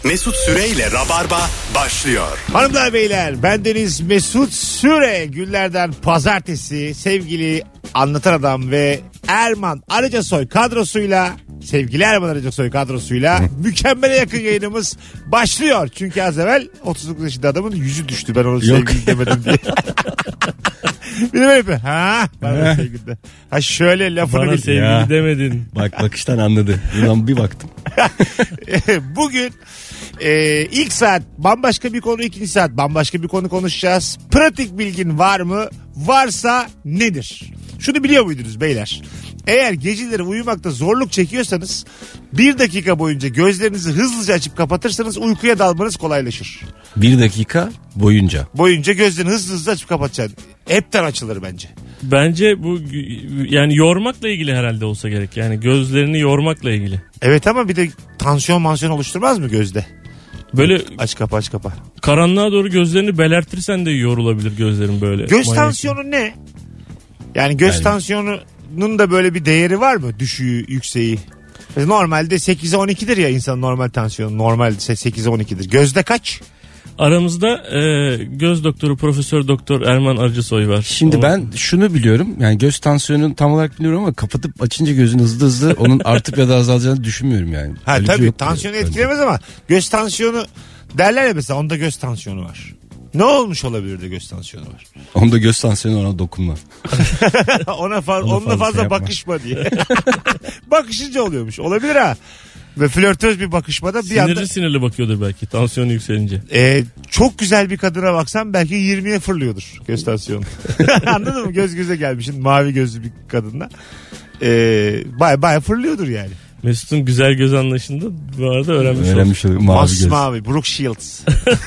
Mesut Süreyle Rabarba başlıyor. Hanımlar beyler, bendeniz Mesut Süre. Günlerden pazartesi sevgili Anlatan Adam ve Erman Arıcasoy kadrosuyla, sevgili Erman Arıcasoy kadrosuyla mükemmele yakın yayınımız başlıyor. Çünkü az evvel 39 yaşında adamın yüzü düştü, ben onu sevgili demedim diye. Bir de böyle yapıyor. Bana sevgili de. Ha şöyle lafını bana sevgili ya demedin. Bak bakıştan anladı. Ulan bir baktım. Bugün ilk saat bambaşka bir konu, ikinci saat bambaşka bir konu konuşacağız. Pratik bilgin var mı? Varsa nedir? Şunu biliyor muydunuz beyler? Eğer geceleri uyumakta zorluk çekiyorsanız 1 dakika boyunca gözlerinizi hızlıca açıp kapatırsanız uykuya dalmanız kolaylaşır. 1 dakika boyunca. Boyunca gözlerini hızlı açıp kapatacaksın. Hepten açılır bence. Bence bu yani yormakla ilgili herhalde olsa gerek. Yani gözlerini yormakla ilgili. Evet ama bir de tansiyon oluşturmaz mı gözde? Böyle aç kapa. Karanlığa doğru gözlerini belertirsen de yorulabilir gözlerin böyle. Göz tansiyonu ne? Yani göz tansiyonunun da böyle bir değeri var mı? Düşüğü, yükseği. Normalde 8'e 12'dir ya insanın normal tansiyonu. Normalde 8'e 12'dir. Gözde kaç? Aramızda göz doktoru Profesör Doktor Erman Arıcasoy var. Şimdi ben şunu biliyorum. Yani göz tansiyonunu tam olarak biliyorum ama kapatıp açınca gözün hızlı onun artıp ya da azalacağını düşünmüyorum yani. Ha tabii tansiyonu etkilemez ama göz tansiyonu derler ya, mesela onda göz tansiyonu var. Ne olmuş olabilir de göz tansiyonu var? Onda göz tansiyonu, ona dokunma. onunla fazla bakışma diye. Bakışınca oluyormuş. Olabilir ha. Ve flörtöz bir bakışmada bir anda... Sinirli bakıyordur belki tansiyonu yükselince. Çok güzel bir kadına baksan belki 20'ye fırlıyordur göz tansiyonu. Anladın mı? Göz göze gelmişsin mavi gözlü bir kadınla. Baya fırlıyordur yani. Mesut'un güzel göz anlayışında bu arada öğrenmiş olduk. Mavi Brooke Shields.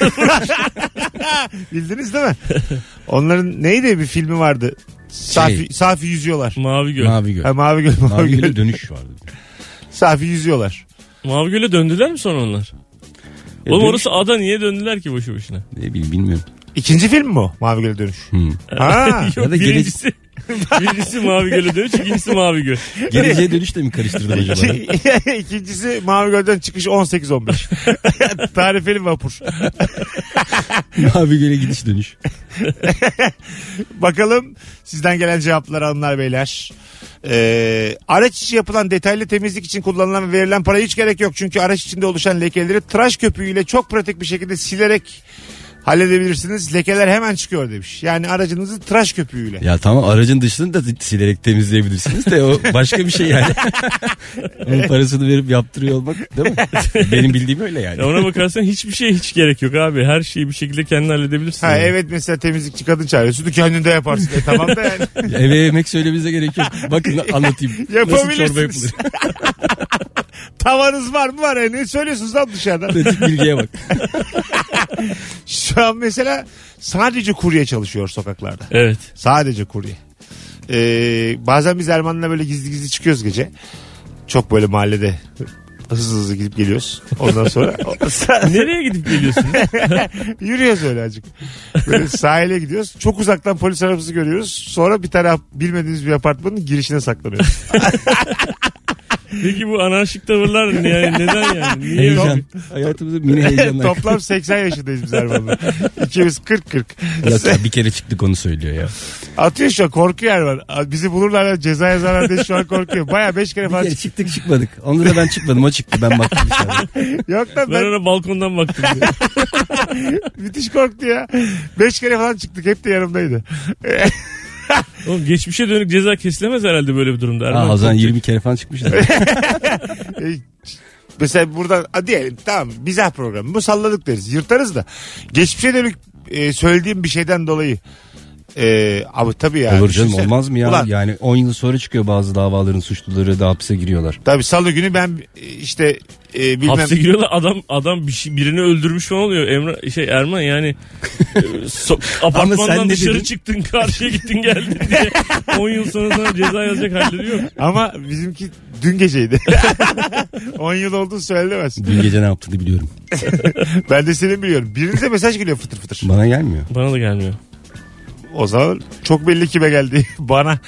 Bildiniz değil mi? Onların neydi bir filmi vardı? Safi yüzüyorlar. Mavi Göl. Mavi Göl dönüş vardı. Safi yüzüyorlar. Mavi Göl'e döndüler mi sonra onlar? Oğlum orası ada, niye döndüler ki boşu boşuna? Ne bileyim, bilmiyorum. İkinci film mi o? Mavi Göl'e dönüş. Yok, ya da birincisi Mavi Göl'e dönüş, ikincisi Mavi Göl. Geleceğe dönüş de mi karıştırdın acaba? İkincisi Mavi Göl'den çıkış 18-15. Tarifeli vapur. Mavi Göl'e gidiş dönüş. Bakalım sizden gelen cevaplar hanımlar beyler. Araç içi yapılan detaylı temizlik için kullanılan ve verilen paraya hiç gerek yok. Çünkü araç içinde oluşan lekeleri tıraş köpüğüyle çok pratik bir şekilde silerek halledebilirsiniz. Lekeler hemen çıkıyor demiş. Yani aracınızı tıraş köpüğüyle. Ya tamam, aracın dışını da silerek temizleyebilirsiniz de o başka bir şey yani. Onun parasını verip yaptırıyor olmak değil mi? Benim bildiğim öyle yani. Ona bakarsan hiçbir şey hiç gerek yok abi. Her şeyi bir şekilde kendin halledebilirsin. Yani. Evet, mesela temizlikçi kadın çağırıyorsun da kendin de yaparsın. Tamam da yani. Eve yemek söylememize gerek yok. Bakın anlatayım. Nasıl çorba yapılır. Tavanız var mı? Var. Ne söylüyorsunuz lan dışarıdan? Pratik bilgiye bak. Şu an mesela sadece kurye çalışıyor sokaklarda. Evet. Sadece kurye. Bazen biz Erman'la böyle gizli çıkıyoruz gece. Çok böyle mahallede hızlı gidip geliyoruz. Ondan sonra... Nereye gidip geliyorsun? Yürüyoruz öyle azıcık. Böyle sahile gidiyoruz. Çok uzaktan polis arabası görüyoruz. Sonra bir tane bilmediğimiz bir apartmanın girişine saklanıyoruz. Peki bu anarşik tavırlar neden yani? Niye heyecan. Hayatımızda mini heyecanlar. Toplam 80 yaşındayız biz Erman'la. İkimiz 40. Yok ya, bir kere çıktık onu söylüyor ya. Atıyor şu an, korkuyor Erman. Bizi bulurlar, ceza yazarlar diye şu an korkuyor. Baya 5 kere falan çıktık çıkmadık. Onda da ben çıkmadım, o çıktı, ben baktım dışarıda. Yok lan ben ona balkondan baktım. Müthiş korktu ya. 5 kere falan çıktık, hep de yanımdaydı. Oğlum geçmişe dönük ceza kesilemez herhalde böyle bir durumda. Hazan 20 kere falan çıkmıştı. Mesela buradan diyelim tamam, mizah programı bu, salladık deriz, yırtarız da geçmişe dönük söylediğim bir şeyden dolayı abi tabii ya. Olur canım, olmaz mı ya? Ulan, yani 10 yıl sonra çıkıyor bazı davaların suçluları da hapse giriyorlar. Tabii salı günü ben işte bilmem. Hapse giriyorlar, adam birini öldürmüş falan oluyor. Erman yani apartmandan dışarı çıktın, karşıya gittin geldin diye 10 yıl sonra sana ceza yazacak halleri yok. Ama bizimki dün geceydi. 10 yıl olduğunu söylemez. Dün gece ne yaptığını biliyorum. Ben de seni biliyorum. Birinize mesaj geliyor fıtır fıtır. Bana gelmiyor. Bana da gelmiyor. O zaman çok belli kime geldi. Bana.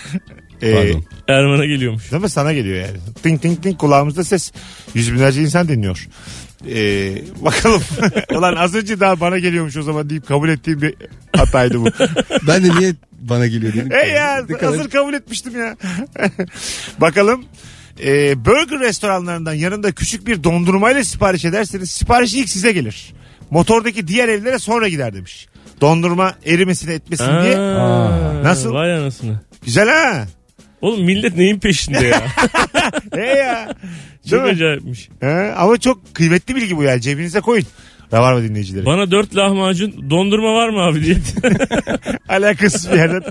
Erman'a geliyormuş. Değil mi? Sana geliyor yani. Ting ting ting, kulağımızda ses. Yüz binlerce insan dinliyor. Bakalım. Ulan az önce daha bana geliyormuş o zaman deyip kabul ettiğim bir hataydı bu. Ben de niye bana geliyor dedim. Ya hazır kabul etmiştim ya. Bakalım. Burger restoranlarından yanında küçük bir dondurmayla sipariş ederseniz sipariş ilk size gelir. Motordaki diğer evlere sonra gider demiş. Dondurma erimesini etmesin diye. Nasıl? Vay anasını. Güzel ha. Oğlum millet neyin peşinde ya? Ya. Çok acayipmiş. Ama çok kıymetli bilgi bu yani. Cebinize koyun. Rabarba dinleyicileri. Bana 4 lahmacun dondurma var mı abi diye. Alakasız bir yerden.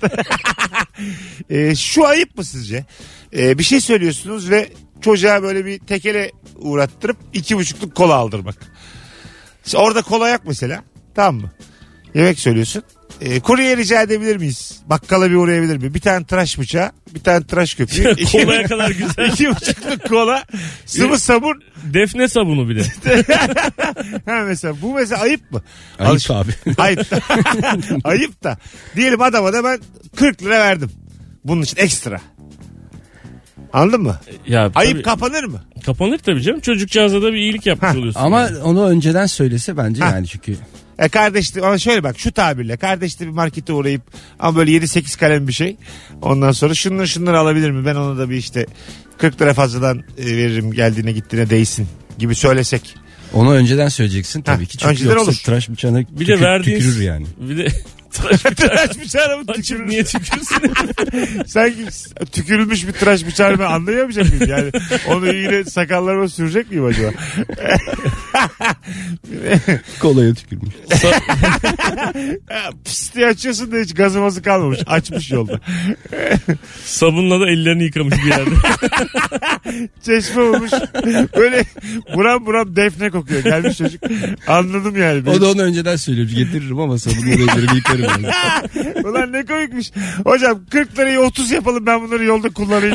Şu ayıp mı sizce? Bir şey söylüyorsunuz ve çocuğa böyle bir tekele uğrattırıp 2,5'luk kola aldırmak. Orada kola yok mesela. Tamam mı? Yemek söylüyorsun. Kurye rica edebilir miyiz? Bakkala bir uğrayabilir mi? Bir tane tıraş bıçağı, bir tane tıraş köpüğü. Kolaya kadar güzel. 2,5'luk kola, sıvı sabun. Defne sabunu bir de. Mesela bu mesela ayıp mı? Ayıp abi. Ayıp. Ayıp da. Diyelim adama da ben 40 lira verdim. Bunun için ekstra. Anladın mı? Ya, ayıp tabii, kapanır mı? kapanır tabii canım. Çocukcağıza da bir iyilik yapmış oluyorsun. Ama yani. onu önceden söylese bence yani çünkü. Kardeşli ama şöyle bak şu tabirle kardeşli bir markete uğrayıp ama böyle 7-8 kalem bir şey. Ondan sonra şunları alabilir mi? Ben ona da bir işte 40 lira fazladan veririm geldiğine gittiğine değsin gibi söylesek. Onu önceden söyleyeceksin tabii ki. Çünkü önceden yoksa olur. tıraş bıçağına Bir de verdiğiniz, tükürür yani. Bir de tıraş bıçağına mı açıp tükürür? niye tükürsün? Sanki tükürülmüş bir tıraş bıçağını ben anlayamayacak mıyım? Yani onu yine sakallarıma sürecek miyim acaba? Kolaya tükürmüş. Pis diye açıyorsun da hiç gazıması kalmamış. Açmış yolda. Sabunla da ellerini yıkamış bir yerde. Çeşme olmuş. Böyle buram buram defne kokuyor. Gelmiş çocuk. Anladım yani. O da onu önceden söylüyor. Getiririm ama sabunla ellerimi yıkarım. Yani. Ulan ne komikmiş. Hocam 40 lirayı 30 yapalım ben bunları yolda kullanayım.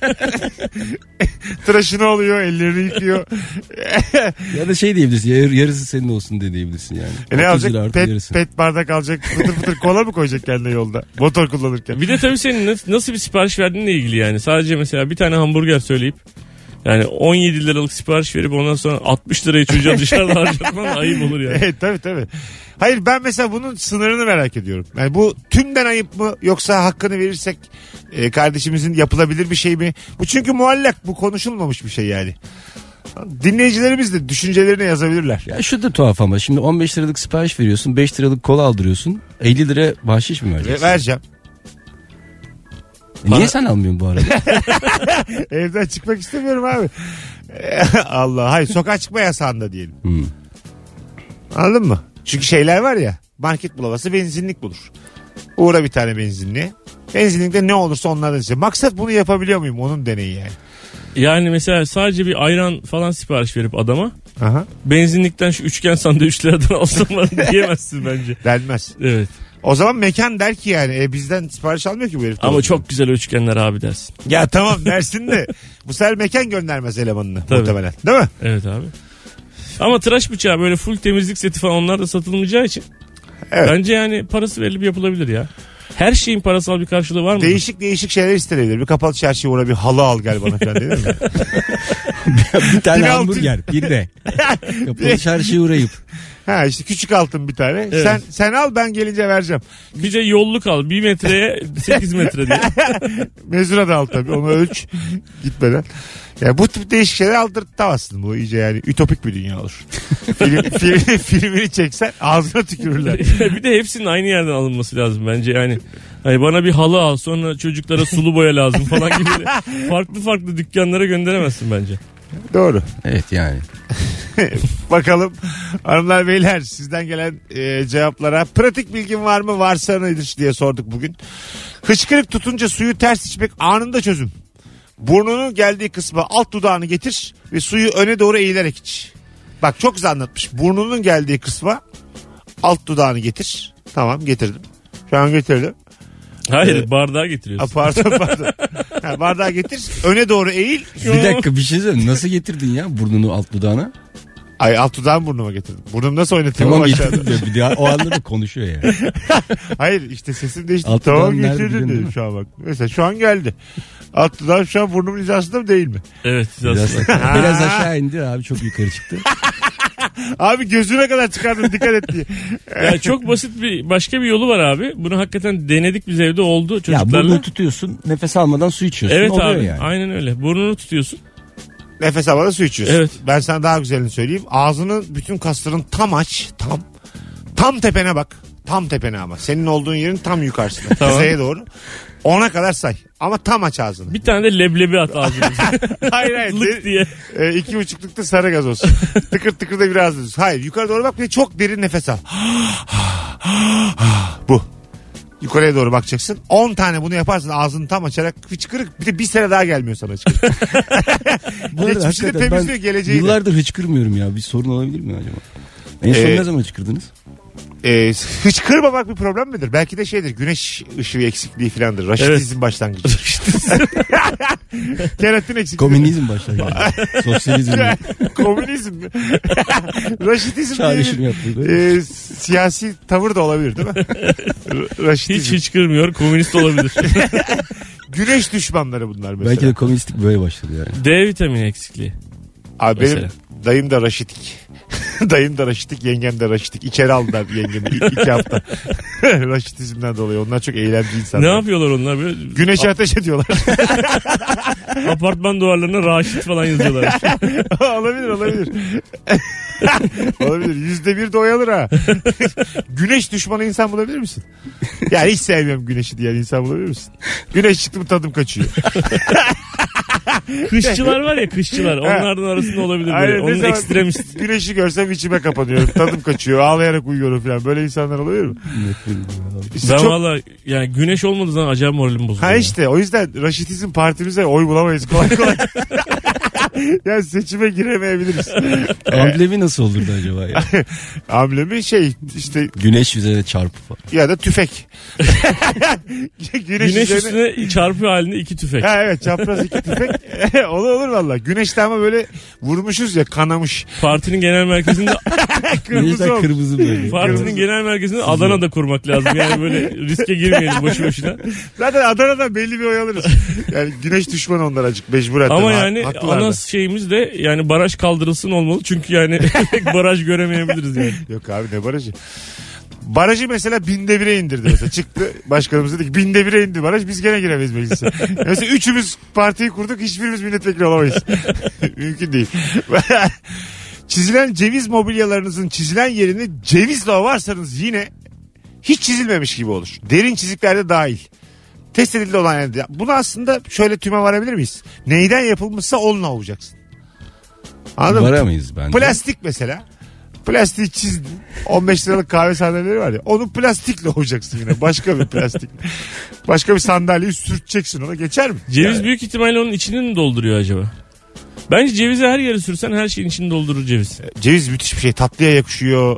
Tıraşını oluyor, ellerini yıkıyor. Ya da şey diyebilirsin. Yarısı senin olsun de diyebilirsin yani. Ne alacak? Yarısı. Pet bardak alacak. Fıtır fıtır kola mı koyacak kendine yolda? Motor kullanırken. Bir de tabii senin nasıl bir sipariş verdiğinle ilgili yani. Sadece mesela bir tane hamburger söyleyip yani 17 liralık sipariş verip ondan sonra 60 lirayı çocuğa dışarıda harcatman ayıp olur yani. Evet tabii. Hayır ben mesela bunun sınırını merak ediyorum. Yani bu tümden ayıp mı yoksa hakkını verirsek kardeşimizin yapılabilir bir şey mi? Bu çünkü muallak, bu konuşulmamış bir şey yani. Dinleyicilerimiz de düşüncelerini yazabilirler. Ya şu da tuhaf ama şimdi 15 liralık sipariş veriyorsun, 5 liralık kola aldırıyorsun, 50 lira bahşiş mi vereceksin? Vereceğim. Niye sen almıyorsun bu arada? Evden çıkmak istemiyorum abi. Allah, hayır sokağa çıkma yasağında diyelim. Anladın mı? Çünkü şeyler var ya, market bulamazsa benzinlik bulur. Uğra bir tane benzinliğe. Benzinlikte ne olursa onlardan iste. Maksat bunu yapabiliyor muyum? Onun deneyi yani. Yani mesela sadece bir ayran falan sipariş verip adama Aha. benzinlikten şu üçgen sandviçlerden alsam var diyemezsin bence. Denmez. Evet. O zaman mekan der ki yani bizden sipariş almıyor ki bu herif. Ama çok güzel üçgenler abi dersin. Ya tamam dersin de bu sefer mekan göndermez elemanını Tabii. muhtemelen. Değil mi? Evet abi. Ama tıraş bıçağı böyle full temizlik seti falan onlar da satılmayacağı için. Evet. Bence yani parası verilip yapılabilir ya. Her şeyin parasal bir karşılığı var mı? Değişik şeyler istenebilir. Bir kapalı çarşıya uğra bir halı al gel bana falan değil mi? Bir tane 1600. hamburger, bir de. Kapalı çarşıya uğrayıp. Ha işte küçük altın bir tane. Evet. Sen al ben gelince vereceğim. Bir de yolluk al. 1 metreye 8 metre diye. Mezura da al tabii. Onu ölç gitmeden. Ya bu tip değişik şeyler aldırtamazsın. Bu iyice yani ütopik bir dünya olur. Filmini çeksen ağzına tükürürler. Bir de hepsinin aynı yerden alınması lazım bence yani. Hani bana bir halı al sonra çocuklara sulu boya lazım falan gibi farklı dükkanlara gönderemezsin bence. Doğru. Evet yani. Bakalım hanımlar beyler sizden gelen cevaplara. Pratik bilgin var mı? Varsa nedir diye sorduk bugün. Hıçkırık tutunca suyu ters içmek anında çözüm. Burnunun geldiği kısma alt dudağını getir ve suyu öne doğru eğilerek iç. Bak çok güzel anlatmış. Burnunun geldiği kısma alt dudağını getir. Tamam getirdim. Şu an getirdim. Hayır bardağı getiriyorsun. Pardon. Ha, bardağı getir. Öne doğru eğil. Bir dakika bir şey söyleyeyim. Nasıl getirdin ya burnunu alt dudağına? Ay alt dudağımı burnuma getirdim. Burnumu nasıl oynatıyorum Tamam aşağıda? getirdim diyor. Bir daha o anda da konuşuyor ya. Hayır işte sesim değişti. Alt Tamam dudağın nerede getirdim biliyorsun değil dedim mi? şu an bak. Mesela şu an geldi. Alt dudağım şu an burnumun hizasında mı değil mi? Evet. Biraz aşağı indi abi çok yukarı çıktı. Abi gözüne kadar çıkardın dikkat et diye. Ya çok basit bir başka bir yolu var abi. Bunu hakikaten denedik biz evde oldu Ya çocuklarla. burnunu tutuyorsun, nefes almadan su içiyorsun. Evet oluyor abi yani. aynen öyle. Burnunu tutuyorsun. Nefes almadan su içiyorsun. Evet. Ben sana daha güzelini söyleyeyim. Ağzının bütün kasların tam aç. Tam tepene bak. Tam tepene ama. Senin olduğun yerin tam yukarısında. Tamam. Kuzeye doğru. 10'a kadar say. Ama tam aç ağzını. Bir tane de leblebi at ağzınıza. Hayır. Lık diye. 2,5'lukta sarı gaz olsun. Tıkır tıkır da biraz düz. Hayır yukarı doğru bak ve çok derin nefes al. Bu. Yukarıya doğru bakacaksın. 10 tane bunu yaparsın ağzını tam açarak hıçkırık. Bir de bir sene daha gelmiyor sana hıçkırık. Bu arada Geçmişi de hakikaten temizliyor, geleceği de. yıllardır hıçkırmıyorum ya. Bir sorun olabilir mi acaba? En son ne zaman hıçkırdınız? Hıçkırmamak bir problem midir? Belki de şeydir, güneş ışığı eksikliği filandır. Raşitizm başlangıcı. Keratin eksikliği. Komünizm başlar yani. Sosyalizm. Komünizm mi? Raşitizm Çağrışım diye yaptı. siyasi tavır da olabilir değil mi? Raşitizm. Hiç kırmıyor. Komünist olabilir. Güneş düşmanları bunlar mesela. Belki de komünistlik böyle başladı yani. D vitamini eksikliği. Abi mesela. benim dayım da raşitik. Dayım da raşitik, yengem de raşitik. İçeri aldılar yengemi 2 hafta. Raşitizmden dolayı. Onlar çok eylemci insanlar. Ne yapıyorlar onlar böyle? Güneşe ateş ediyorlar. Apartman duvarlarına Raşit falan yazıyorlar. olabilir. Olabilir. %1 de oyalar ha. Güneş düşmanı insan bulabilir misin? Yani hiç sevmiyorum güneşi diyen insan bulabilir misin? Güneş çıktı mı tadım kaçıyor. Kışçılar var ya kışçılar. Onlardan arasında olabilir böyle. Aynen, ne Onun zaman ekstremist. Güneşi görsem içime kapanıyorum. Tadım kaçıyor. Ağlayarak uyuyorum falan. Böyle insanlar olabilir mi? İşte Ben çok- valla yani güneş olmadığı zaman acayip moralim bozuluyor. Ha işte o yüzden Raşitizm partimize oy bulamayız kolay kolay. Yani seçime giremeyebiliriz. Amblemi nasıl olurdu acaba ya? Amblemi işte Güneş üzerine çarpı falan. ya da tüfek. Güneş üstüne çarpı halinde 2 tüfek. Ha evet çapraz 2 tüfek. olur valla. Güneşte ama böyle vurmuşuz ya kanamış. Partinin genel merkezinde Kırmızı Güneşten olmuş. kırmızı böyle. partinin genel merkezinde Adana'da kurmak lazım. Yani böyle riske girmeyelim boşu boşuna. Zaten Adana'da belli bir oy alırız. Yani güneş düşmanı onlar acık mecburen. Ama tabii. yani Haklılar da. ana şeyimiz de yani baraj kaldırılsın olmalı. Çünkü yani pek baraj göremeyebiliriz yani. Yok abi ne barajı? Barajı mesela 1/1000'e indirdi mesela. Çıktı başkanımız dedi ki 1/1000'e indi baraj biz gene giremeyiz meclise. Mesela üçümüz partiyi kurduk hiçbirimiz milletvekili olamayız. Mümkün değil. Çizilen ceviz mobilyalarınızın çizilen yerini cevizle ovarsanız yine hiç çizilmemiş gibi olur. Derin çiziklerde dahil. Test edildi olan yerde. Bunu aslında şöyle tüme varabilir miyiz? Neyden yapılmışsa onunla ovacaksın. Anladın mı? Varamayız bence. Plastik mesela. Plastiği çizdin. 15 liralık kahve sandalyeleri var ya. Onu plastikle ovacaksın yine. Başka bir plastik. Başka bir sandalyeyi sürteceksin ona. Geçer mi? Ceviz Yani. büyük ihtimalle onun içini mi dolduruyor acaba? Bence cevizi her yere sürsen her şeyin içini doldurur ceviz. Ceviz müthiş bir şey. Tatlıya yakışıyor.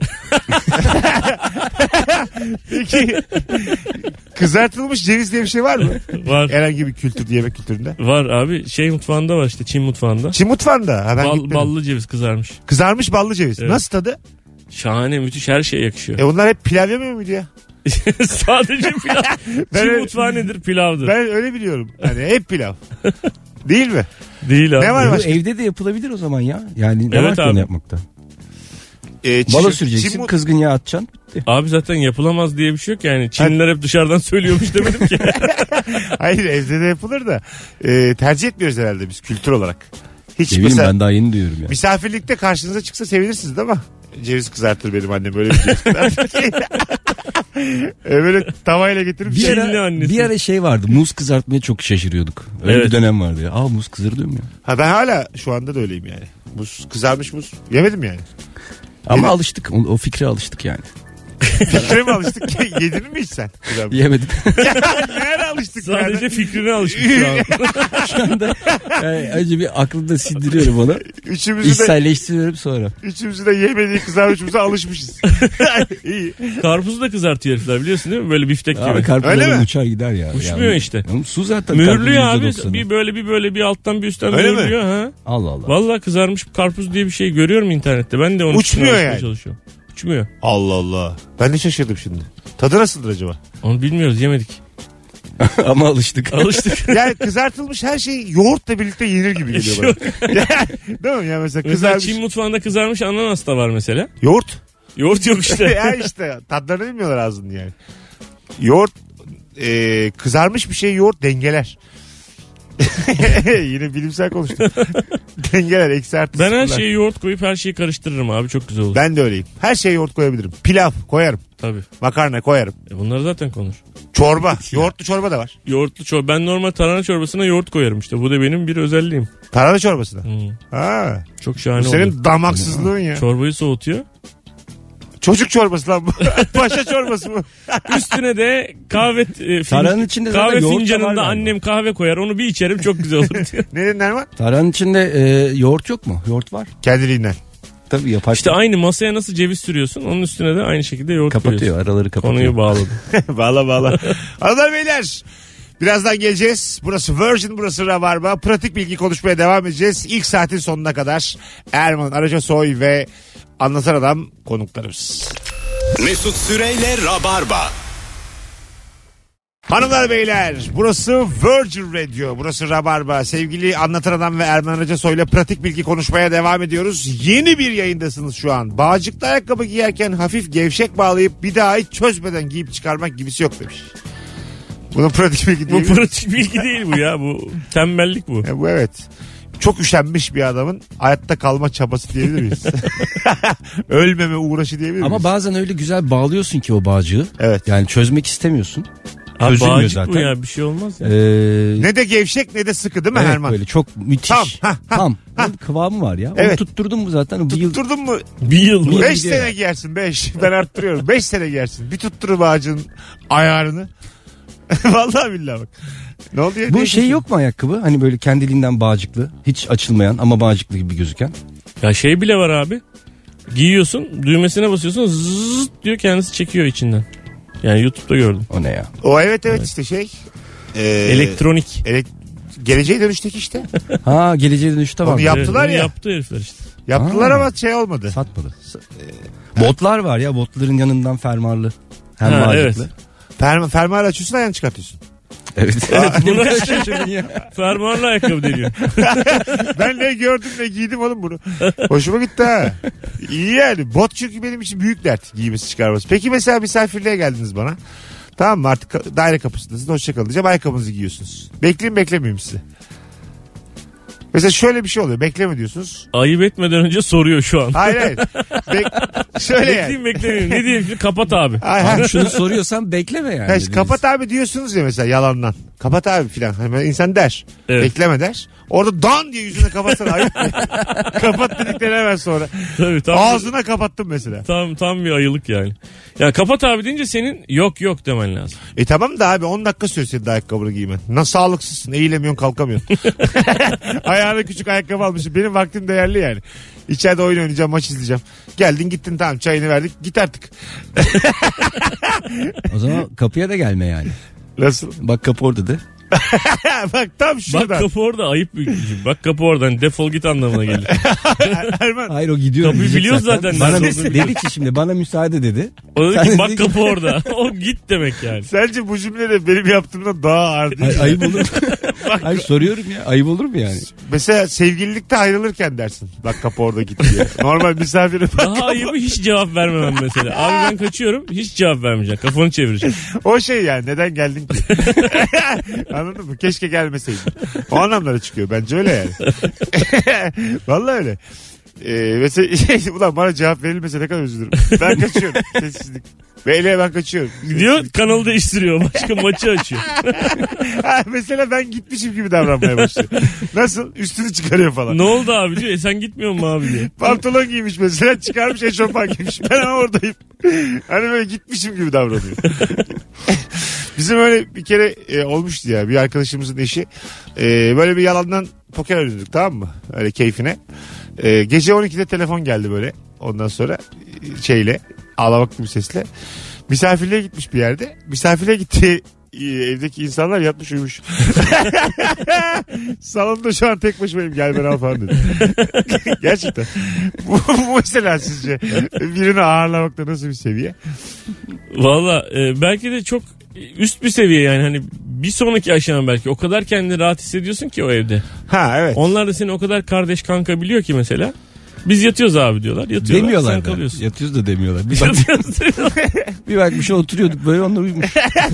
Peki kızartılmış ceviz diye bir şey var mı? Var. Herhangi bir kültür, yemek kültüründe. Var abi şey mutfağında var işte Çin mutfağında. Çin mutfağında. Ha, ben gitmedim. Ballı ceviz kızarmış. Kızarmış ballı ceviz. Evet. Nasıl tadı? Şahane müthiş her şeye yakışıyor. Bunlar hep pilav yemiyor muydu ya? Sadece pilav. Ben Çin öyle- mutfağı nedir? Pilavdır. Ben öyle biliyorum. Hani hep pilav. Değil mi? Değil abi. Ne var Bu başka? evde de yapılabilir o zaman ya. Yani ne Evet var ki abi. onu yapmakta? Balo süreceksin, kızgın yağ atacaksın. Bitti. Abi zaten yapılamaz diye bir şey yok yani. Çinliler hep dışarıdan söylüyormuş demedim ki. Hayır evde de yapılır da tercih etmiyoruz herhalde biz kültür olarak. Hiç Ne bileyim mesela ben daha yeni duyuyorum ya. misafirlikte karşınıza çıksa sevinirsiniz değil mi? Ceviz kızartır benim annem öyle bir ceviz kızartır. Böyle tavayla getirip Bir Çinli ara, annesi. bir ara şey vardı, muz kızartmaya çok şaşırıyorduk. Öyle Evet. bir dönem vardı ya. Aa muz kızarıyor mu ya? Ha ben hala şu anda da öyleyim yani. Muz kızarmış muz yemedim yani. Ama Yedim. alıştık, o fikre alıştık yani. Fikre mi alıştık? Yedin mi hiç sen? Yemedim. Nereye alıştık? Sadece fikrine alışmış şu an. Şu anda yani önce bir aklımda sindiriyorum onu. Üçümüzü de, İçselleştiriyorum sonra. üçümüzü de yemediği kızarmış muza alışmışız. İyi. Karpuzu da kızartıyor herifler biliyorsun değil mi? Böyle biftek Abi gibi. Öyle karpuzlar mi? uçar gider ya. Uçmuyor Yani- işte. Oğlum su zaten Mühürlüyor karpuzun abi. %90'ı. Bir böyle bir böyle bir alttan bir üstten Öyle mi? mühürlüyor. Ha. Allah Allah. Vallahi kızarmış karpuz diye bir şey görüyorum internette. Ben de onu Uçmuyor ulaşmaya yani. çalışıyorum. Uçmuyor. Allah Allah. Ben de şaşırdım şimdi. Tadı nasıldır acaba? Onu bilmiyoruz yemedik. Ama alıştık. Yani kızartılmış her şey yoğurtla birlikte yenir gibi geliyor bana. Değil mi? Yani mesela Mesela kızarmış. Çin mutfağında kızarmış ananas da var mesela. Yoğurt. Yoğurt yok işte. Ya işte tadlarını bilmiyorlar ağzını yani. Yoğurt kızarmış bir şey yoğurt dengeler. Yine bilimsel konuştum. Dengeler eksi artı Ben her sıfırlar. şeye yoğurt koyup her şeyi karıştırırım abi, çok güzel olur. Ben de öyleyim. Her şeye yoğurt koyabilirim. Pilav koyarım. Tabii. Makarna koyarım. Bunları zaten konur. Çorba. Yoğurtlu çorba da var. Yoğurtlu çorba. Ben normal tarhana çorbasına yoğurt koyarım işte. Bu da benim bir özelliğim. Tarhana çorbasına. Hmm. Çok şahane Bu senin oluyor. damaksızlığın ya. Çorbayı soğutuyor. Çocuk çorbası lan bu. Paşa çorbası bu. Üstüne de kahve Tarhanın içinde zaten kahve yoğurt da var fincanında galiba. annem kahve koyar. Onu bir içerim, çok güzel olur diyor. Ne dedin Erman? Tarhanın içinde yoğurt yok mu? Yoğurt var. Kendiliğinden. Tabii yapar. İşte aynı masaya nasıl ceviz sürüyorsun, onun üstüne de aynı şekilde yoğurt kapatıyor. koyuyorsun. Araları kapatıyor. Konuyu bağladım. Bağla. Hanımlar beyler. Birazdan geleceğiz. Burası Virgin, burası Rabarba. Pratik bilgi konuşmaya devam edeceğiz. İlk saatin sonuna kadar Erman Arıcasoy ve Anlatan Adam konuklarımız. Mesut Süreyle Rabarba. Hanımlar beyler, burası Virgin Radio, burası Rabarba. Sevgili Anlatan Adam ve Erman Arıcasoy'la pratik bilgi konuşmaya devam ediyoruz. Yeni bir yayındasınız şu an. Bağcıklı ayakkabı giyerken hafif gevşek bağlayıp bir daha hiç çözmeden giyip çıkarmak gibisi yok demiş. Bunun pratik bilgi değil Bu mi? pratik bilgi değil bu ya. Bu tembellik bu. Bu evet. Çok üşenmiş bir adamın hayatta kalma çabası diyebilir miyiz? Ölmeme uğraşı diyebilir miyiz? Ama bazen öyle güzel bağlıyorsun ki o bağcığı. Evet. Yani çözmek istemiyorsun. Abi Çözülmüyor bağcık zaten. bu ya, bir şey olmaz ya. Ne de gevşek ne de sıkı değil mi Evet, Herman? böyle çok müthiş. Tam. Tam. Kıvamı var ya. Evet. Onu tutturdun mu zaten bir yıl. Tutturdun mu? Bir yıl mı? 5 sene giyersin 5. Ben arttırıyorum. 5 sene giyersin. Bir tutturup ağacın ayarını. Vallahi billahi bak. Ne oldu ya? Bu şey yok mu ayakkabı? Hani böyle kendiliğinden bağcıklı. Hiç açılmayan ama bağcıklı gibi gözüken. Ya şey bile var abi. Giyiyorsun, düğmesine basıyorsun, zzzz diyor, kendisi çekiyor içinden. Yani YouTube'da gördüm. O ne ya? O evet işte şey. Elektronik. Geleceğe dönüşteki işte. Ha, geleceğe dönüşte var. Onu yaptılar Onu ya. Yaptı herifler işte. Yaptılar Aa. ama şey olmadı. Satmadı. Botlar var ya, botların yanından fermuarlı. Hem Ha, bağcıklı. Fermuarı açıyorsun, ayağını çıkartıyorsun. Evet. Buna Şaşırdın ya. fermuarlı ayakkabı deniyor. Ben ne gördüm ne giydim oğlum bunu. Hoşuma gitti ha. İyi yani. Bot çünkü benim için büyük dert giymesi çıkarması. Peki mesela misafirliğe geldiniz bana. Tamam mı, artık daire kapısındasınız, hoşçakalın diyeceğim, ayakkabınızı giyiyorsunuz. Bekleyeyim beklemeyeyim sizi. Mesela şöyle bir şey oluyor, bekleme diyorsunuz. Ayıp etmeden önce soruyor şu an. Hayır. Şöyle yani. Bekleyeyim beklemeyeyim. Ne diyeyim şimdi? Kapat abi. Hayır. Şunu soruyorsan bekleme yani. Ya, dediniz. kapat abi diyorsunuz ya mesela yalandan. Kapat abi filan. Hani insan der. Evet. Bekleme der. Orada dan diye yüzüne kapatsana. Ayıp. Kapat dedikleri hemen sonra. Tabii, tam, Ağzına kapattım mesela. tam bir ayılık yani. Ya kapat abi deyince senin yok demen lazım. Tamam da abi 10 dakika sürsün ayakkabını giymen. Nasıl sağlıksızsın, eğilemiyorsun, kalkamıyorsun. Ayağına küçük ayakkabı almışsın. Benim vaktim değerli yani. İçeride oyun oynayacağım, maç izleyeceğim. Geldin gittin, tamam çayını verdik, git artık. O zaman kapıya da gelme yani. Nasıl? Bak kapı orada de. Bak tam şuradan. Bak kapı orada, ayıp bir gücüm. Bak kapı oradan, defol git anlamına gelir. Erman. Hayır, o gidiyor. Kapıyı diyecek biliyoruz zaten Bana nerede olduğunu dedi ki şimdi bana müsaade dedi. O dedi Sen ki de bak dedin ki- kapı orada. O git demek yani. Sence bu cümle de benim yaptığımdan daha ağır değil mi? Ayıp olur mu? Hayır, soruyorum ya. Ayıp olur mu yani? Mesela sevgililikte ayrılırken dersin. Bak kapı orada git diye. Normal misafirim. Daha ayıbı hiç cevap vermemem mesela. Abi ben kaçıyorum, hiç cevap vermeyeceğim. Kafanı çevireceğim. O şey yani, neden geldin ki? Anladın mı? Keşke gelmeseydin. O anlamlara çıkıyor. Bence öyle yani. Vallahi öyle. Mesela ulan bana cevap verilmese ne kadar üzülürüm. Ben kaçıyorum. Sessizlik. Beyler ben kaçıyorum. Gidiyor kanalı değiştiriyor. Başka maçı açıyor. Mesela ben gitmişim gibi davranmaya başlıyor. Nasıl? Üstünü çıkarıyor falan. Ne oldu abi diyor. Sen gitmiyor mu abi diye. Pantolon giymiş mesela, çıkarmış eşofman giymiş. Ben ama oradayım. Hani böyle gitmişim gibi davranıyor. Bizim öyle bir kere olmuştu ya, bir arkadaşımızın eşi. Böyle bir yalandan poker oynadık, tamam mı? Öyle keyfine. Gece 12'de telefon geldi böyle. Ondan sonra şeyle, ağlamaklı bir sesle. Misafirliğe gitmiş bir yerde. Misafirliğe gitti. Evdeki insanlar yatmış uyumuş. Salonda şu an tek başımayım, gel ben al falan dedi. Gerçekten. Bu mesela sizce birini ağırlamakta nasıl bir seviye? Valla belki de çok üst bir seviye yani hani bir sonraki aşama belki o kadar kendini rahat hissediyorsun ki o evde. Ha evet. Onlar da seni o kadar kardeş kanka biliyor ki mesela. Biz yatıyoruz abi diyorlar. Yatıyorlar. Demiyorlar sen da. kalıyorsun. Yatıyoruz da demiyorlar. Bir bakmış oturuyorduk böyle, onlar uyumuş.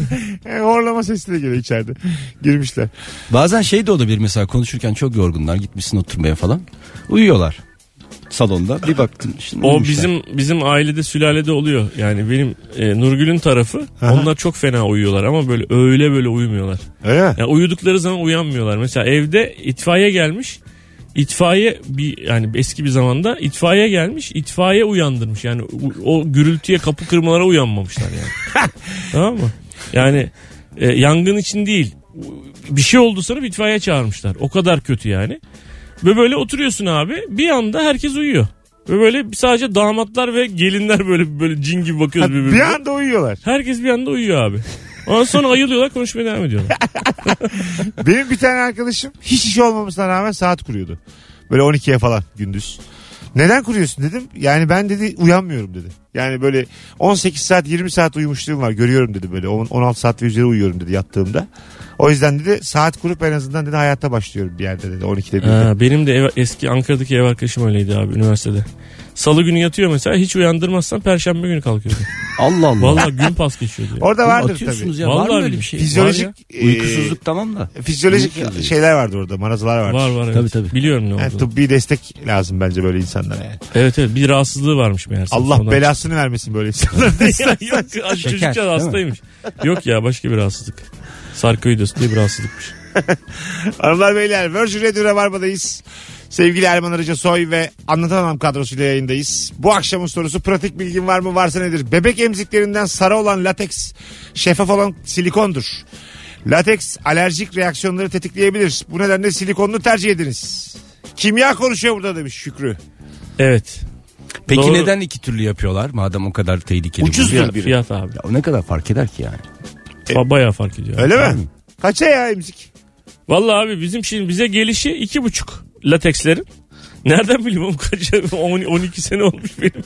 Horlama sesi de geliyor içeride. Girmişler. Bazen şey de olabilir, mesela konuşurken çok yorgunlar, gitmişsin oturmaya falan. Uyuyorlar salonda. Bir baktın şimdi O uyumuşlar. bizim ailede sülalede oluyor. Yani benim Nurgül'ün tarafı onlar çok fena uyuyorlar ama öyle böyle uyumuyorlar. Öyle mi? Yani uyudukları zaman uyanmıyorlar. Mesela evde itfaiye gelmiş. İtfaiye yani eski bir zamanda itfaiye gelmiş, itfaiye uyandırmış. Yani o gürültüye, kapı kırmalara uyanmamışlar yani. Tamam mı? Yani yangın için değil. Bir şey oldu sana itfaiye çağırmışlar. O kadar kötü yani. Ve böyle oturuyorsun abi. Bir anda herkes uyuyor. Ve böyle sadece damatlar ve gelinler böyle cin gibi bakıyoruz birbirine. Bir anda uyuyorlar. Herkes bir anda uyuyor abi. Ondan sonra ayılıyorlar, konuşmaya devam ediyorlar. Benim bir tane arkadaşım hiç iş olmamasına rağmen saat kuruyordu. Böyle 12'ye falan gündüz. Neden kuruyorsun dedim. Yani ben dedi uyanmıyorum dedi. Yani böyle 18 saat 20 saat uyumuşluğum var, görüyorum dedi böyle. 16 saat ve üzeri uyuyorum dedi yattığımda. O yüzden dedi saat kurup en azından dedi hayata başlıyorum bir yerde dedi 12'de bir. Benim de eski Ankara'daki ev arkadaşım öyleydi abi üniversitede. Salı günü yatıyor mesela, hiç uyandırmazsan perşembe günü kalkıyordu. Allah Allah. Vallahi gün pas geçiyordu. Orada vardır Atıyorsunuz tabii. ya. Var Vallahi mı öyle bir şey? Fizyolojik Uykusuzluk tamam da. fizyolojik şeyler vardır orada, marazalar vardır. Var evet. Tabii. Biliyorum ne Yani olduğunu. tıbbi destek lazım bence böyle insanlara yani. Evet bir rahatsızlığı varmış meğerse. Allah Ondan belasını vermesin böyle insanlara. Yok çocukça da hastaymış. Yok ya, başka bir rahatsızlık. Sarkoidos diye bir rahatsızlıkmış. Hanımlar beyler, Virgin Radio Rabarba'dayız. Sevgili Erman Arıca Soy ve Anlatan Adam kadrosuyla yayındayız. Bu akşamın sorusu, pratik bilgin var mı, varsa nedir? Bebek emziklerinden sarı olan lateks, şeffaf olan silikondur. Lateks alerjik reaksiyonları tetikleyebilir. Bu nedenle silikonlu tercih ediniz. Kimya konuşuyor burada demiş Şükrü. Evet. Peki Doğru. neden iki türlü yapıyorlar madem o kadar tehlikeli? Ucuz bu? biri. Fiyat abi. Ya o ne kadar fark eder ki yani? Bayağı fark ediyor. Öyle mi? Kaça ya emzik? Vallahi abi bizim şimdi bize gelişi 2,5 latekslerin. Nereden bileyim oğlum kaç 12 sene olmuş benim.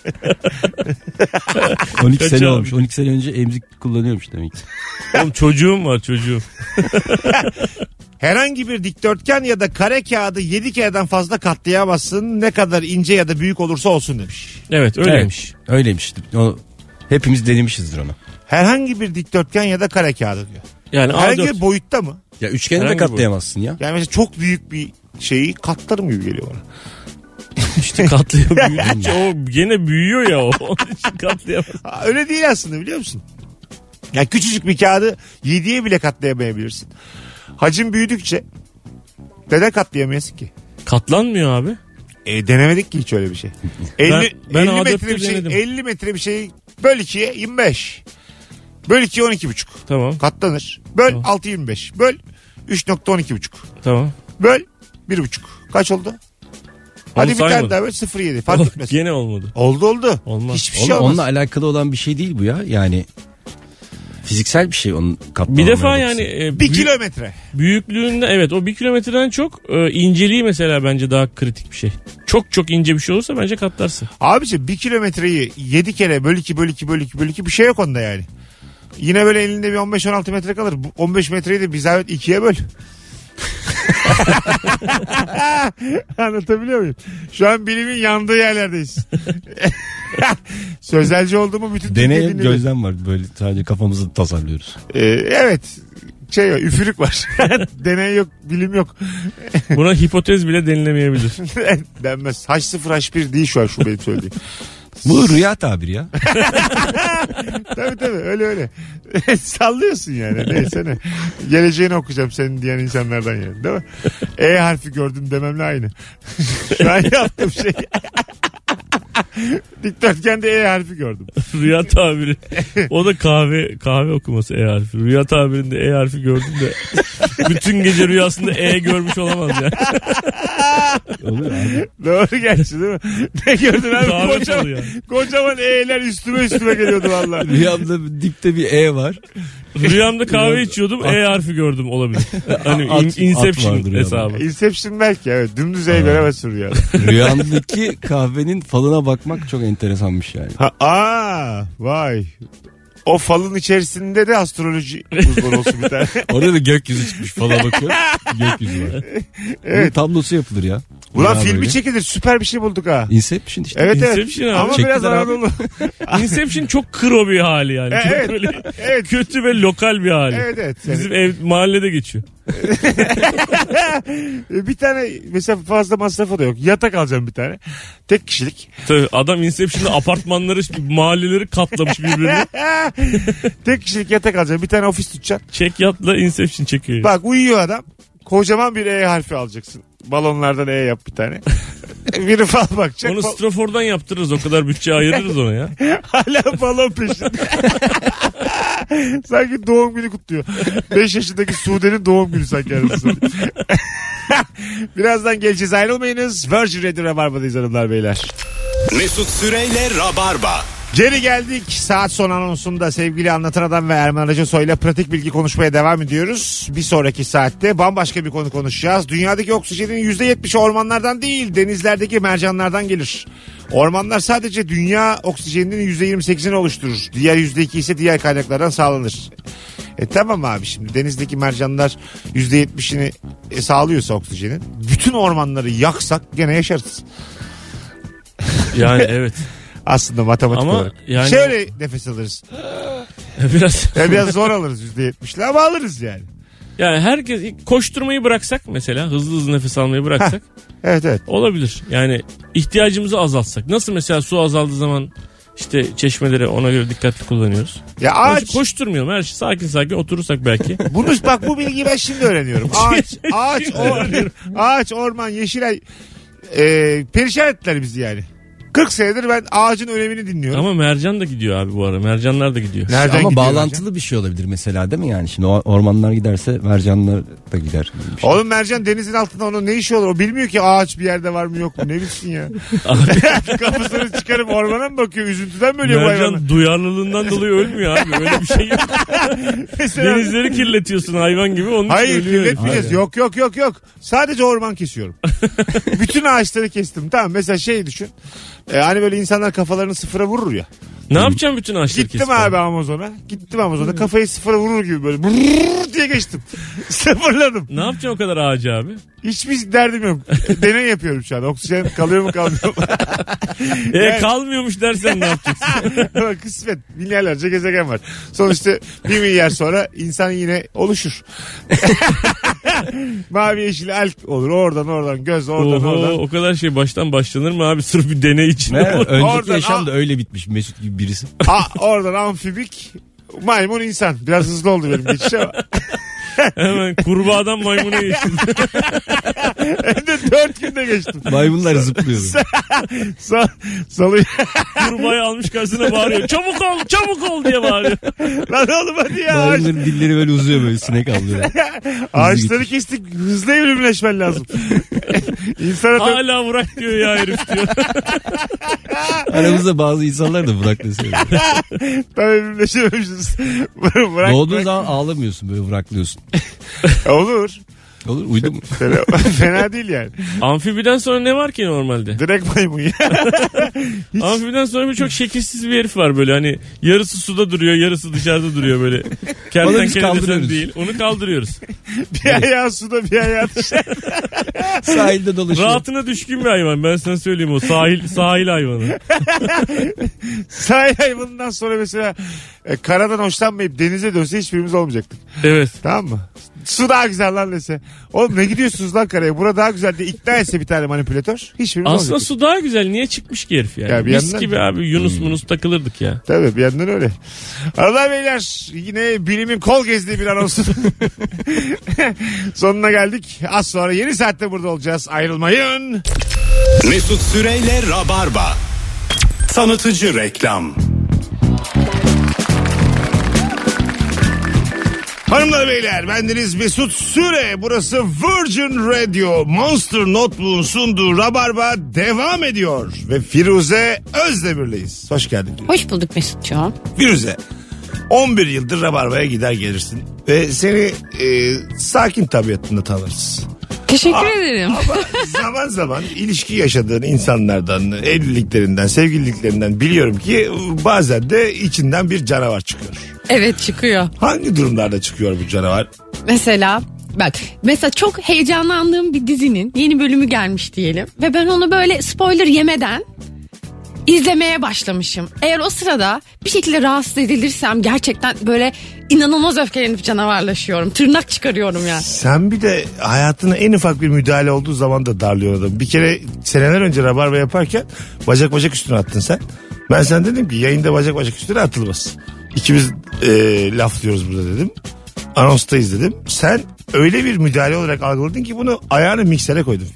12 Kaç sene abi? olmuş. 12 sene önce emzik kullanıyormuş demek ki. Oğlum çocuğum var çocuğum. Herhangi bir dikdörtgen ya da kare kağıdı 7 kereden fazla katlayamazsın. Ne kadar ince ya da büyük olursa olsun demiş. Evet öyleymiş. Evet, öyleymiş. O, hepimiz denemişizdir onu. Herhangi bir dikdörtgen ya da kare kağıdı diyor. Yani Herhangi A4. bir boyutta mı? Ya üçgeni de Herhangi katlayamazsın ya. Yani mesela çok büyük bir şeyi katlarım gibi geliyor bana. İşte katlıyor büyüdükçe o gene büyüyor ya o. Onun için katlayamaz. Öyle değil aslında, biliyor musun? Yani küçücük bir kağıdı 7'ye bile katlayamayabilirsin. Hacim büyüdükçe neden katlayamayasın ki? Katlanmıyor abi. Denemedik ki hiç öyle bir şey. 50 ben 50 A4'te metre bir şey, denedim. 50 metre bir şey böl 2'ye 25. Böl 2'ye 12,5. Tamam Katlanır. Böl Tamam. 6,25. Böl 3,12,5. tamam. Böl 1,5. Kaç oldu? Hadi bir tane saymadım. daha böl 0,7. Fark Oh, etmez. gene olmadı. Oldu. Olmaz. Hiçbir şey Oğlum, olmaz. onunla alakalı olan bir şey değil bu ya. Yani fiziksel bir şey onun katlanma. Bir defa meselesi. yani 1 kilometre. büyüklüğünde evet o 1 kilometreden çok inceliği mesela bence daha kritik bir şey. Çok ince bir şey olursa bence katlarsın. Abiciğim 1 kilometreyi 7 kere böl 2 böl 2 böl 2 böl 2 bir şey yok onda yani. Yine böyle elinde bir 15-16 metre kalır. Bu 15 metreyi de bir zahmet 2'ye böl. Anlatabiliyor muyum? Şu an bilimin yandığı yerlerdeyiz. Sözelci olduğumu bütün Deney Türkiye dinliyor. gözlem var, böyle sadece kafamızı tasarlıyoruz. Evet. Şey var, üfürük var. Deney yok, bilim yok. Buna hipotez bile denilemeyebilir. Denmez. H0 H1 değil şu an şu benim söylediğim. Bu rüya tabiri ya. Tabii öyle. Sallıyorsun yani, neyse ne. Geleceğini okuyacağım senin diyen insanlardan yani, değil mi? E harfi gördüm dememle aynı. Şu an yaptığım şey. Dikdörtgende E harfi gördüm. Rüya tabiri. O da kahve okuması E harfi. Rüya tabirinde E harfi gördüm de bütün gece rüyasında E görmüş olamaz yani. Oluyor abi. Doğru gerçi değil mi? Ne gördün abi? Kahve çalıyor. Kocaman E'ler üstüme geliyordu valla. Rüyamda dipte bir E var. Rüyamda kahve içiyordum E harfi gördüm olabilir. Hani At Inception vardır rüyamda. hesabı. Inception belki, evet. Dümdüz E göremezsin rüyada. Rüyamdaki kahvenin falına bakmak çok enteresanmış yani. Vay. O falın içerisinde de astroloji uzmanı olsun bir tane. Orada da gökyüzü çıkmış falan bakıyorum. Gökyüzü var. Evet. Bunun tablosu yapılır ya. Ulan Ya filmi böyle. çekilir. Süper bir şey bulduk ha. Inception işte. Evet Inception evet. abi. Ama Çektiler biraz abi. Anadolu. Inception çok kro bir hali yani. Çok Evet. böyle Evet. kötü ve lokal bir hali. Evet evet. Bizim ev mahallede geçiyor. Bir tane mesela fazla masrafı da yok. Yatak alacağım bir tane. Tek kişilik. Tabii adam Inception'da apartmanları, mahalleleri katlamış birbirine. Tek kişilik yatak alacağım. Bir tane ofis tutacaksın. Çek yatla Inception çekiyor. Bak uyuyor adam. Kocaman bir E harfi alacaksın. Balonlardan E yap bir tane. Biri fal bakacak. Onu strafordan yaptırırız, o kadar bütçe ayırırız ona ya. Hala balon peşinde. Sanki doğum günü kutluyor. 5 yaşındaki Sude'nin doğum günü sanki arası. Birazdan geleceğiz, ayrılmayınız. Virgin Radio Rabarba'dayız hanımlar beyler. Mesut Süreyle Rabarba. Geri geldik. Saat son anonsunda sevgili Anlatan Adam ve Erman Arıca Soy'la pratik bilgi konuşmaya devam ediyoruz. Bir sonraki saatte bambaşka bir konu konuşacağız. Dünyadaki oksijenin %70'i ormanlardan değil, denizlerdeki mercanlardan gelir. Ormanlar sadece dünya oksijeninin %28'ini oluşturur. Diğer %2 ise diğer kaynaklardan sağlanır. Tamam abi, şimdi denizdeki mercanlar %70'ini sağlıyorsa oksijenin, bütün ormanları yaksak gene yaşarız. Yani evet. Aslında matematik Ama olarak. yani- Şöyle nefes alırız. Biraz. Biraz zor alırız %70'le ama alırız yani. Yani herkes koşturmayı bıraksak mesela, hızlı hızlı nefes almayı bıraksak Evet evet. olabilir. Yani ihtiyacımızı azaltsak. Nasıl mesela su azaldığı zaman işte çeşmelere ona göre dikkatli kullanıyoruz. Ya ağaç. Koşturmuyorum, her şey sakin sakin oturursak belki. Bunu bak, bu bilgiyi ben şimdi öğreniyorum. Ağaç, orman, yeşilay perişan ettiler bizi yani. 40 senedir ben ağacın önemini dinliyorum. Ama mercan da gidiyor abi bu ara. Mercanlar da gidiyor. Nereden Ama gidiyor bağlantılı mercan? bir şey olabilir mesela, değil mi yani? Şimdi ormanlar giderse mercanlar da gider. gibi bir şey. Oğlum mercan denizin altında, onun ne işi olur? O bilmiyor ki ağaç bir yerde var mı yok mu? Ne bilsin ya? Kafasını çıkarıp ormana mı bakıyor? Üzüntüden mi ölüyor bu hayvanlar? Mercan duyarlılığından dolayı ölmüyor abi. Öyle bir şey yok. Mesela- Denizleri kirletiyorsun hayvan gibi, onun için Hayır, ölüyor. kirletmeyeceğiz. Yok. Sadece orman kesiyorum. Bütün ağaçları kestim. Tamam, mesela şey düşün. Hani böyle insanlar kafalarını sıfıra vurur ya. Ne yapacağım bütün ağaçları Gittim kesip? abi Amazon'a. Kafayı sıfıra vurur gibi böyle brrrr diye geçtim. Sıfırladım. Ne yapacaksın o kadar ağacı abi? Hiçbir derdim yok. Deney yapıyorum şu an. Oksijen kalıyor mu kalmıyor mu? Yani- Kalmıyormuş dersen ne yapacaksın? Ama kısmet. Milyarlarca gezegen var. Sonuçta 1 milyar sonra insan yine oluşur. Mavi yeşil alp olur. Oradan göz oradan. O kadar şey baştan başlanır mı abi? Sırf bir deney için. Ne? Önceki Oradan- yaşam da öyle bitmiş. Mesut gibi birisi. Oradan amfibik, maymun, insan. Biraz hızlı oldu benim geçiş ama. Hemen kurbağadan maymuna geçtin. Hem de 4 günde geçtim. Maymunlar zıplıyordu. Salı. Kurbağayı almış karşısına bağırıyor. Çabuk ol diye bağırıyor. Lan oğlum hadi ya. Maymunların dilleri böyle uzuyor, böyle sinek avlıyor. Ağaçları kestik. Hızlı evrimleşmen lazım. İnsana da... Hala bırak diyor ya herif diyor. Aramızda bazı insanlar da Burak da seviyor. Tam evrimleşememişiz. Bırak, Doğduğun zaman ağlamıyorsun, böyle bıraklıyorsun. Olur. Olur, uydu mu? Fena değil yani. Amfibiden sonra ne var ki normalde? Direkt maymun ya. Amfibiden sonra bir çok şekilsiz bir herif var böyle, hani yarısı suda duruyor, yarısı dışarıda duruyor böyle. Onu biz Kertenkele desen kaldırıyoruz. değil. Onu kaldırıyoruz. Bir ayağı suda, bir ayağı dışarı. Sahilde dolaşıyor. Rahatına düşkün bir hayvan, ben sana söyleyeyim, o sahil hayvanı. Sahil hayvanından sonra mesela karadan hoşlanmayıp denize dönse hiçbirimiz olmayacaktık. Evet. Tamam mı? Su daha güzel lan dese. Oğlum ne gidiyorsunuz lan karaya? Bura daha güzel diye ikna etse bir tane manipülatör. Hiçbirimiz Aslında olmayacaktık. su daha güzel. Niye çıkmış ki herif yani? Ya bir Mis yandan- gibi abi Yunus takılırdık ya. Tabii bir yandan öyle. Hanımlar beyler, yine bilimin kol gezdiği bir anonsun sonuna geldik. Az sonra yeni saatte burada olacağız. Ayrılmayın. Mesut Süreyle Rabarba. Tanıtıcı reklam. Hanımlar beyler, bendeniz Mesut Süre. Burası Virgin Radio. Monster Notebook'un sunduğu Rabarba devam ediyor. Ve Firuze Özdemir'leyiz. Hoş geldin. Hoş bulduk Mesut'cuğum. Firuze, 11 yıldır Rabarba'ya gider gelirsin. Ve seni sakin tabiatında tanırız. Teşekkür ederim. Ama zaman zaman ilişki yaşadığın insanlardan, evliliklerinden, sevgililiklerinden biliyorum ki bazen de içinden bir canavar çıkıyor. Evet, çıkıyor. Hangi durumlarda çıkıyor bu canavar? Mesela çok heyecanlandığım bir dizinin yeni bölümü gelmiş diyelim. Ve ben onu böyle spoiler yemeden izlemeye başlamışım. Eğer o sırada bir şekilde rahatsız edilirsem gerçekten böyle inanılmaz öfkelenip canavarlaşıyorum. Tırnak çıkarıyorum yani. Sen bir de hayatına en ufak bir müdahale olduğu zaman da darlıyor adam. Bir kere seneler önce Rabarba yaparken bacak üstüne attın sen. Ben sana dedim ki yayında bacak üstüne atılmaz. İkimiz laflıyoruz burada dedim. Anonstayız dedim. Sen öyle bir müdahale olarak algıladın ki bunu ayağını miksere koydun.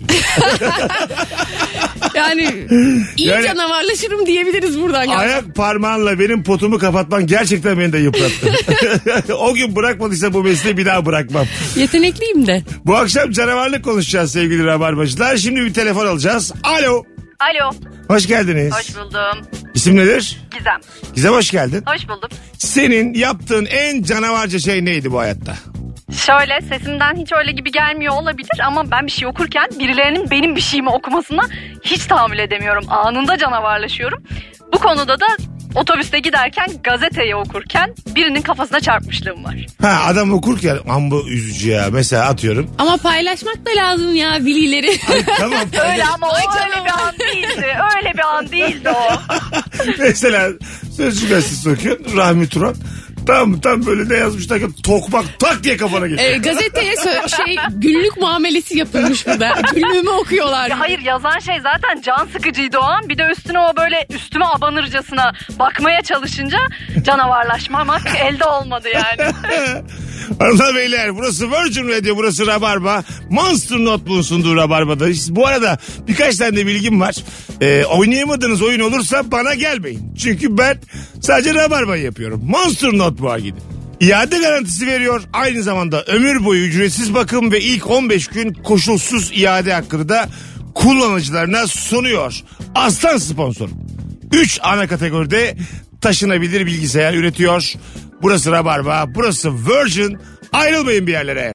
Yani iyi Yani- canavarlaşırım diyebiliriz buradan. Yani. Ayak parmağınla benim potumu kapatman gerçekten beni de yıprattı. O gün bırakmadıysa bu mesleği bir daha bırakmam. Yetenekliyim de. Bu akşam canavarlık konuşacağız sevgili Rabarbacılar. Şimdi bir telefon alacağız. Alo. Alo, Hoş geldiniz. hoş buldum. İsim nedir? Gizem, Gizem hoş geldin. hoş buldum. Senin yaptığın en canavarca şey neydi bu hayatta? Şöyle, sesimden hiç öyle gibi gelmiyor olabilir ama ben bir şey okurken birilerinin benim bir şeyimi okumasına hiç tahammül edemiyorum. Anında canavarlaşıyorum. Bu konuda da otobüste giderken gazeteyi okurken birinin kafasına çarpmışlığım var. Ha adam okurken bu üzücü ya. Mesela atıyorum. Ama paylaşmak da lazım ya bilgileri. Tamam. Öyle ama Ay o canım. öyle bir an değildi. Öyle bir an değildi o. Mesela Sözcü Gazetesi okuyorsun. Rahmi Turan. Tam böyle ne yazmışlar ki tokmak tak diye kafana geçiyor. Gazeteye günlük muamelesi yapılmış burada. Günlüğümü okuyorlar. Ya hayır, yazan şey zaten can sıkıcıydı o an. Bir de üstüne o böyle üstüme abanırcasına bakmaya çalışınca canavarlaşmamak elde olmadı yani. Hanımlar beyler burası Virgin Radio, burası Rabarba. Monster Notebook'un sunduğu Rabarba'da. Bu arada birkaç tane de bilgim var. Oynayamadığınız oyun olursa bana gelmeyin. Çünkü ben sadece Rabarba'yı yapıyorum. Monster Notebook'a gidin. İade garantisi veriyor. Aynı zamanda ömür boyu ücretsiz bakım ve ilk 15 gün koşulsuz iade hakkını da kullanıcılarına sunuyor. Aslan sponsorum. 3 ana kategoride taşınabilir bilgisayar üretiyor. Burası Rabarba, burası Virgin. Ayrılmayın bir yerlere.